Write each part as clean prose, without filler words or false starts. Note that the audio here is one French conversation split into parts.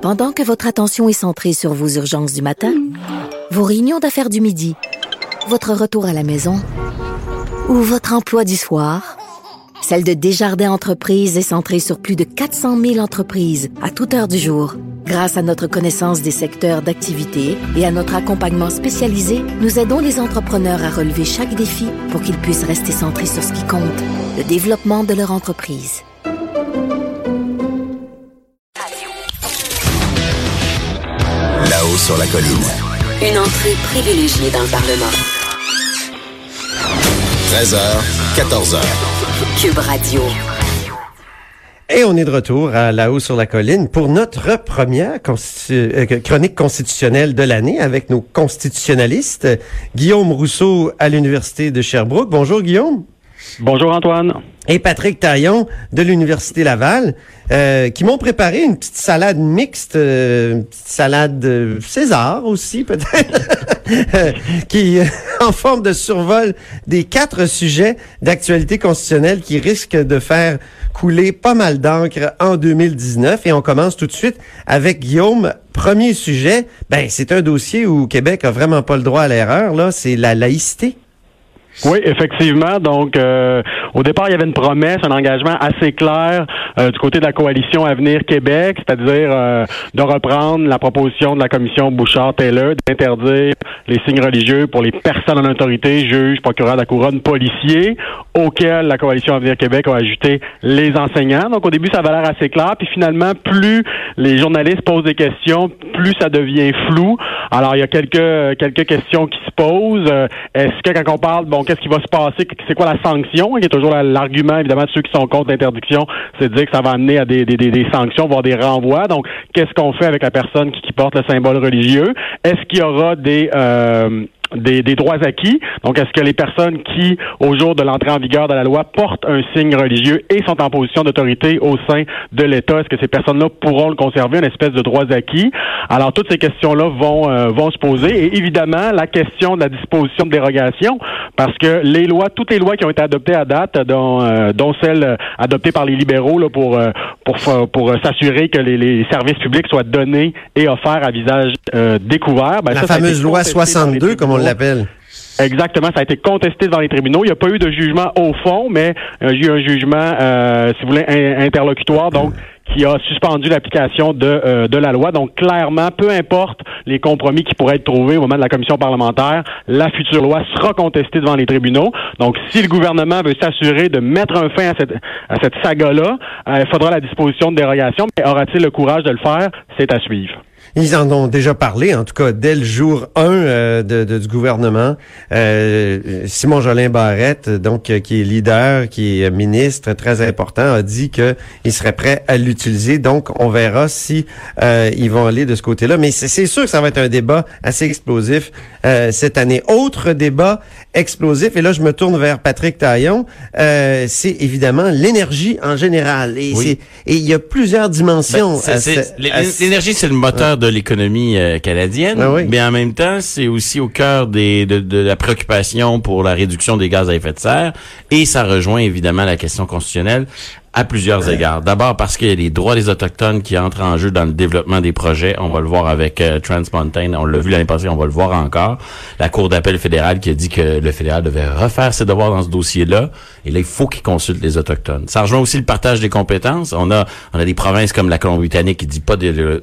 Pendant que votre attention est centrée sur vos urgences du matin, vos réunions d'affaires du midi, votre retour à la maison ou votre emploi du soir, celle de Desjardins Entreprises est centrée sur plus de 400 000 entreprises à toute heure du jour. Grâce à notre connaissance des secteurs d'activité et à notre accompagnement spécialisé, nous aidons les entrepreneurs à relever chaque défi pour qu'ils puissent rester centrés sur ce qui compte, le développement de leur entreprise. Là-haut sur la colline. Une entrée privilégiée dans le Parlement. 13h, 14h. Cube Radio. Et on est de retour à Là-haut sur la colline pour notre première chronique constitutionnelle de l'année avec nos constitutionnalistes. Guillaume Rousseau à l'Université de Sherbrooke. Bonjour Guillaume. Bonjour Antoine. Et Patrick Taillon de l'Université Laval, qui m'ont préparé une petite salade mixte, une petite salade César aussi peut-être, qui en forme de survol des 4 sujets d'actualité constitutionnelle qui risquent de faire couler pas mal d'encre en 2019. Et on commence tout de suite avec Guillaume. Premier sujet, c'est un dossier où Québec a vraiment pas le droit à l'erreur, là, c'est la laïcité. Oui, effectivement. Donc, au départ, il y avait une promesse, un engagement assez clair du côté de la coalition Avenir Québec, c'est-à-dire de reprendre la proposition de la commission Bouchard-Taylor d'interdire les signes religieux pour les personnes en autorité, juges, procureurs de la couronne, policiers, auxquels la coalition Avenir Québec a ajouté les enseignants. Donc, au début, ça avait l'air assez clair, puis finalement, plus les journalistes posent des questions, plus ça devient flou. Alors, il y a quelques questions qui se posent. Est-ce que quand on parle, qu'est-ce qui va se passer? C'est quoi la sanction? Il y a toujours l'argument, évidemment, de ceux qui sont contre l'interdiction, c'est de dire que ça va amener à des sanctions, voire des renvois. Donc, qu'est-ce qu'on fait avec la personne qui porte le symbole religieux? Est-ce qu'il y aura des droits acquis? Donc, est-ce que les personnes qui, au jour de l'entrée en vigueur de la loi, portent un signe religieux et sont en position d'autorité au sein de l'État, est-ce que ces personnes-là pourront le conserver, une espèce de droits acquis? Alors, toutes ces questions-là vont se poser. Et évidemment, la question de la disposition de dérogation, parce que toutes les lois qui ont été adoptées à date, dont celle adoptée par les libéraux là, pour s'assurer que les services publics soient donnés et offerts à visage découvert. La fameuse loi 62, comme on l'appelle. Exactement, ça a été contesté devant les tribunaux. Il n'y a pas eu de jugement au fond, mais il y a eu un jugement, si vous voulez, interlocutoire, donc qui a suspendu l'application de la loi. Donc, clairement, peu importe les compromis qui pourraient être trouvés au moment de la commission parlementaire, la future loi sera contestée devant les tribunaux. Donc, si le gouvernement veut s'assurer de mettre un fin à cette saga-là, il faudra la disposition de dérogation. Mais aura-t-il le courage de le faire? C'est à suivre. Ils en ont déjà parlé, en tout cas, dès le jour 1 du gouvernement. Simon Jolin Barrette, donc qui est leader, qui est ministre très important, a dit qu'il serait prêt à l'utiliser. Donc, on verra si ils vont aller de ce côté-là. Mais c'est sûr que ça va être un débat assez explosif cette année. Autre débat explosif, et là, je me tourne vers Patrick Taillon, c'est évidemment l'énergie en général. Et il y a plusieurs dimensions. L'énergie, c'est le moteur de l'économie canadienne, mais en même temps, c'est aussi au cœur de la préoccupation pour la réduction des gaz à effet de serre, et ça rejoint évidemment la question constitutionnelle à plusieurs égards. D'abord parce qu'il y a les droits des Autochtones qui entrent en jeu dans le développement des projets. On va le voir avec Trans Mountain. On l'a vu l'année passée, on va le voir encore. La Cour d'appel fédérale qui a dit que le fédéral devait refaire ses devoirs dans ce dossier-là. Et là, il faut qu'il consulte les Autochtones. Ça rejoint aussi le partage des compétences. On a des provinces comme la Colombie-Britannique qui dit pas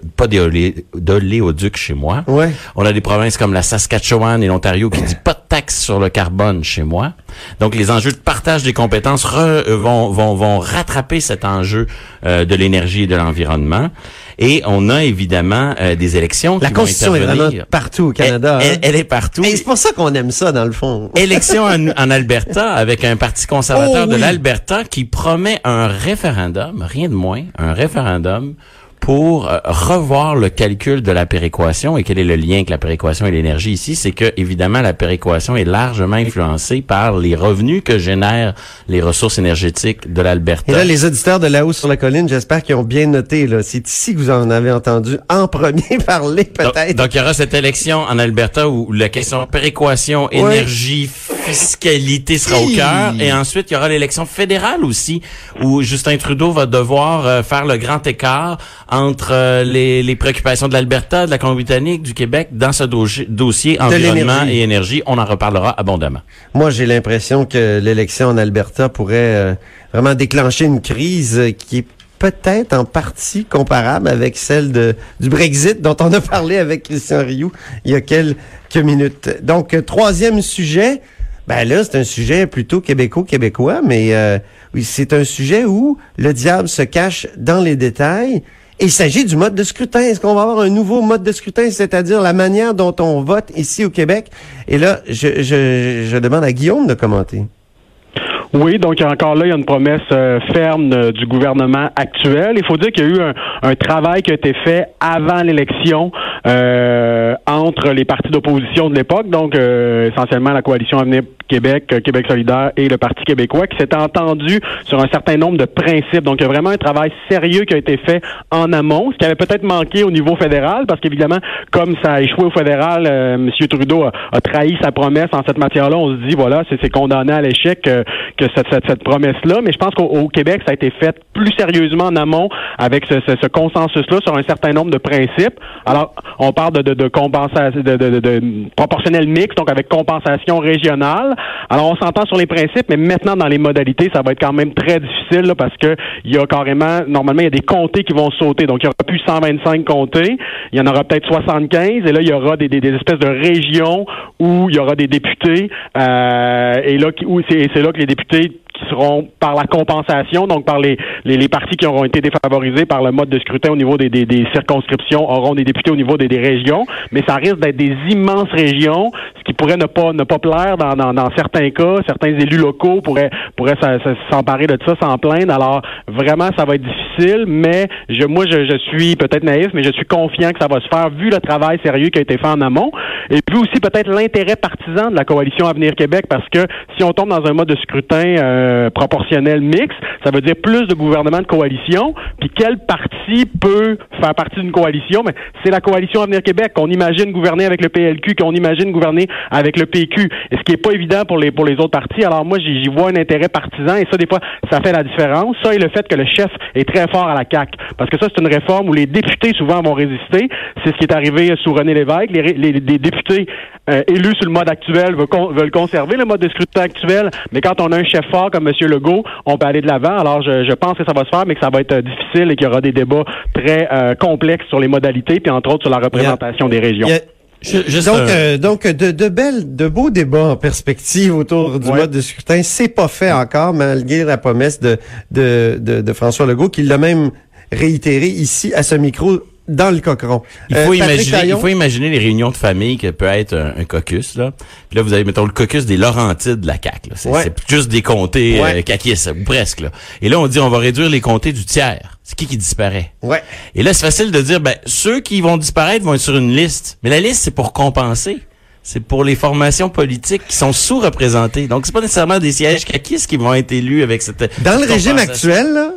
d'oléoduc chez moi. Ouais. On a des provinces comme la Saskatchewan et l'Ontario qui dit pas de taxe sur le carbone chez moi. Donc, les enjeux de partage des compétences vont rattraper cet enjeu de l'énergie et de l'environnement. Et on a évidemment des élections qui vont intervenir. La Constitution est vraiment partout au Canada. Elle est partout. Et c'est pour ça qu'on aime ça, dans le fond. Élection en Alberta avec un parti conservateur de l'Alberta qui promet un référendum, rien de moins, un référendum pour revoir le calcul de la péréquation. Et quel est le lien avec la péréquation et l'énergie ici? C'est que, évidemment, la péréquation est largement influencée par les revenus que génèrent les ressources énergétiques de l'Alberta. Et là, les auditeurs de Là-haut sur la colline, j'espère qu'ils ont bien noté, là. C'est ici que vous en avez entendu en premier parler, peut-être. Donc, il y aura cette élection en Alberta où la question péréquation, énergie, fiscalité sera au cœur. Et ensuite, il y aura l'élection fédérale aussi, où Justin Trudeau va devoir faire le grand écart entre les préoccupations de l'Alberta, de la Colombie-Britannique, du Québec dans ce dossier environnement et énergie. On en reparlera abondamment. Moi, j'ai l'impression que l'élection en Alberta pourrait vraiment déclencher une crise qui est peut-être en partie comparable avec celle du Brexit dont on a parlé avec Christian Rioux il y a quelques minutes. Donc, troisième sujet, ben là, c'est un sujet plutôt québécois, mais oui, c'est un sujet où le diable se cache dans les détails. Et il s'agit du mode de scrutin. Est-ce qu'on va avoir un nouveau mode de scrutin, c'est-à-dire la manière dont on vote ici au Québec? Et là, je demande à Guillaume de commenter. Oui, donc encore là, il y a une promesse ferme du gouvernement actuel. Il faut dire qu'il y a eu un travail qui a été fait avant l'élection entre les partis d'opposition de l'époque, donc essentiellement la coalition Avenir Québec, Québec solidaire et le Parti québécois, qui s'était entendu sur un certain nombre de principes. Donc, il y a vraiment un travail sérieux qui a été fait en amont, ce qui avait peut-être manqué au niveau fédéral, parce qu'évidemment, comme ça a échoué au fédéral, M. Trudeau a trahi sa promesse en cette matière-là. On se dit, voilà, c'est condamné à l'échec que cette promesse-là. Mais je pense qu'au Québec, ça a été fait plus sérieusement en amont avec ce consensus-là sur un certain nombre de principes. Alors, on parle de compensation, de proportionnel mixte, donc avec compensation régionale. Alors, on s'entend sur les principes, mais maintenant, dans les modalités, ça va être quand même très difficile, là, parce que il y a carrément, normalement, il y a des comtés qui vont sauter. Donc, il y aura plus 125 comtés. Il y en aura peut-être 75. Et là, il y aura des espèces de régions où il y aura des députés. Et là, c'est là que les députés qui seront par la compensation, donc par les partis qui auront été défavorisés par le mode de scrutin au niveau des circonscriptions, auront des députés au niveau des régions, mais ça risque d'être des immenses régions, ce qui pourrait ne pas plaire dans certains cas. Certains élus locaux pourraient s'emparer de ça sans plaindre. Alors, vraiment, ça va être difficile, mais je suis peut-être naïf, mais je suis confiant que ça va se faire vu le travail sérieux qui a été fait en amont. Et puis aussi, peut-être l'intérêt partisan de la coalition Avenir Québec, parce que si on tombe dans un mode de scrutin proportionnel mixte, ça veut dire plus de gouvernements de coalition. Puis quel parti peut faire partie d'une coalition? Mais c'est la coalition Avenir Québec qu'on imagine gouverner avec le PLQ, qu'on imagine gouverner avec le PQ. Et ce qui est pas évident pour les autres partis. Alors moi, j'y vois un intérêt partisan et ça, des fois, ça fait la différence. Ça et le fait que le chef est très fort à la CAQ. Parce que ça, c'est une réforme où les députés, souvent, vont résister. C'est ce qui est arrivé sous René Lévesque. Les députés élus sur le mode actuel veulent conserver le mode de scrutin actuel, mais quand on a un chef fort comme M. Legault, on peut aller de l'avant. Alors, je pense que ça va se faire, mais que ça va être difficile et qu'il y aura des débats très complexes sur les modalités, puis entre autres sur la représentation des régions. Donc, de beaux débats en perspective autour du mode de scrutin. C'est pas fait encore, malgré la promesse de François Legault, qui l'a même réitéré ici à ce micro dans le Cochon. Il faut imaginer les réunions de famille que peut être un caucus, là. Puis là, vous avez, mettons, le caucus des Laurentides de la CAQ, là. C'est juste des comtés caquistes, ou presque, là. Et là, on dit, on va réduire les comtés du tiers. C'est qui disparaît? Ouais. Et là, c'est facile de dire, ceux qui vont disparaître vont être sur une liste. Mais la liste, c'est pour compenser. C'est pour les formations politiques qui sont sous-représentées. Donc, c'est pas nécessairement des sièges caquistes qui vont être élus avec cette Dans le régime actuel, là,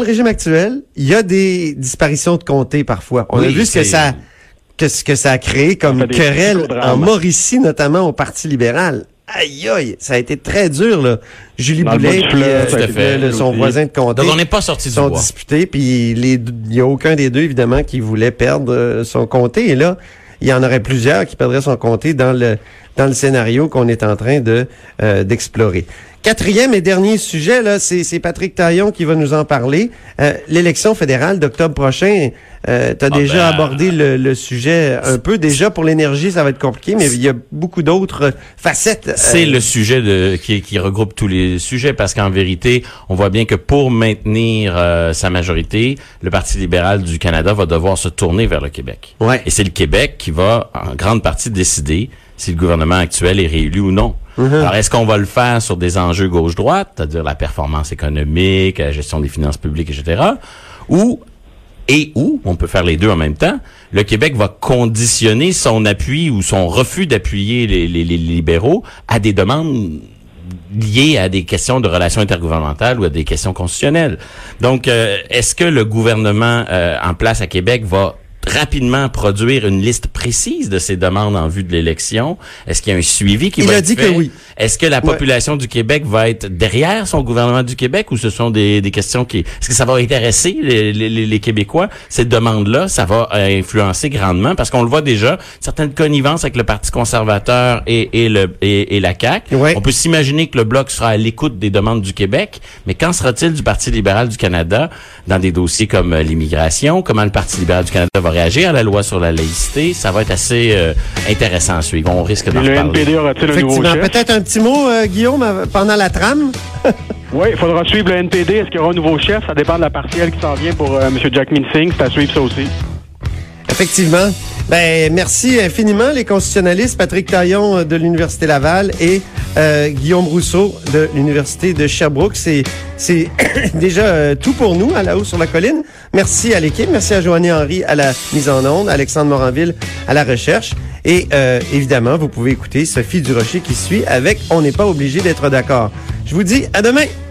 il y a des disparitions de comtés parfois. On a vu ce que ça a créé comme querelle en Mauricie, notamment au Parti libéral. Aïe aïe, ça a été très dur là. Julie Boulay et son voisin de comté. Donc on n'est pas sorti du bois. Sont disputés, puis il y a aucun des deux évidemment qui voulait perdre son comté. Et là, il y en aurait plusieurs qui perdraient son comté dans le scénario qu'on est en train d'explorer. Quatrième et dernier sujet, là, c'est Patrick Taillon qui va nous en parler. L'élection fédérale d'octobre prochain, t'as déjà abordé le sujet un peu. Déjà, pour l'énergie, ça va être compliqué, mais il y a beaucoup d'autres facettes. C'est le sujet qui regroupe tous les sujets, parce qu'en vérité, on voit bien que pour maintenir sa majorité, le Parti libéral du Canada va devoir se tourner vers le Québec. Ouais. Et c'est le Québec qui va, en grande partie, décider si le gouvernement actuel est réélu ou non. Alors, est-ce qu'on va le faire sur des enjeux gauche-droite, c'est-à-dire la performance économique, la gestion des finances publiques, etc., ou, on peut faire les deux en même temps, le Québec va conditionner son appui ou son refus d'appuyer les libéraux à des demandes liées à des questions de relations intergouvernementales ou à des questions constitutionnelles. Donc, est-ce que le gouvernement en place à Québec va rapidement produire une liste précise de ces demandes en vue de l'élection? Est-ce qu'il y a un suivi qui va être fait? Il a dit que oui. Est-ce que la population du Québec va être derrière son gouvernement du Québec ou ce sont des questions est-ce que ça va intéresser les Québécois? Ces demandes-là, ça va influencer grandement parce qu'on le voit déjà, certaines connivences avec le Parti conservateur et la CAQ. Ouais. On peut s'imaginer que le Bloc sera à l'écoute des demandes du Québec, mais qu'en sera-t-il du Parti libéral du Canada dans des dossiers comme l'immigration? Comment le Parti libéral du Canada va réagir à la loi sur la laïcité? Ça va être assez intéressant à suivre. On risque d'en reparler. Le NPD aura-t-il un nouveau chef? Peut-être un petit mot, Guillaume, pendant la trame? Oui, il faudra suivre le NPD. Est-ce qu'il y aura un nouveau chef? Ça dépend de la partielle qui s'en vient pour M. Jackmin Singh. C'est à suivre ça aussi. Effectivement. Ben, merci infiniment, les constitutionnalistes, Patrick Taillon de l'Université Laval et Guillaume Rousseau de l'Université de Sherbrooke. C'est déjà tout pour nous à La Haut sur la Colline. Merci à l'équipe. Merci à Joanie Henry à la mise en onde, Alexandre Moranville à la recherche. Et évidemment, vous pouvez écouter Sophie Durocher qui suit avec « On n'est pas obligé d'être d'accord ». Je vous dis à demain!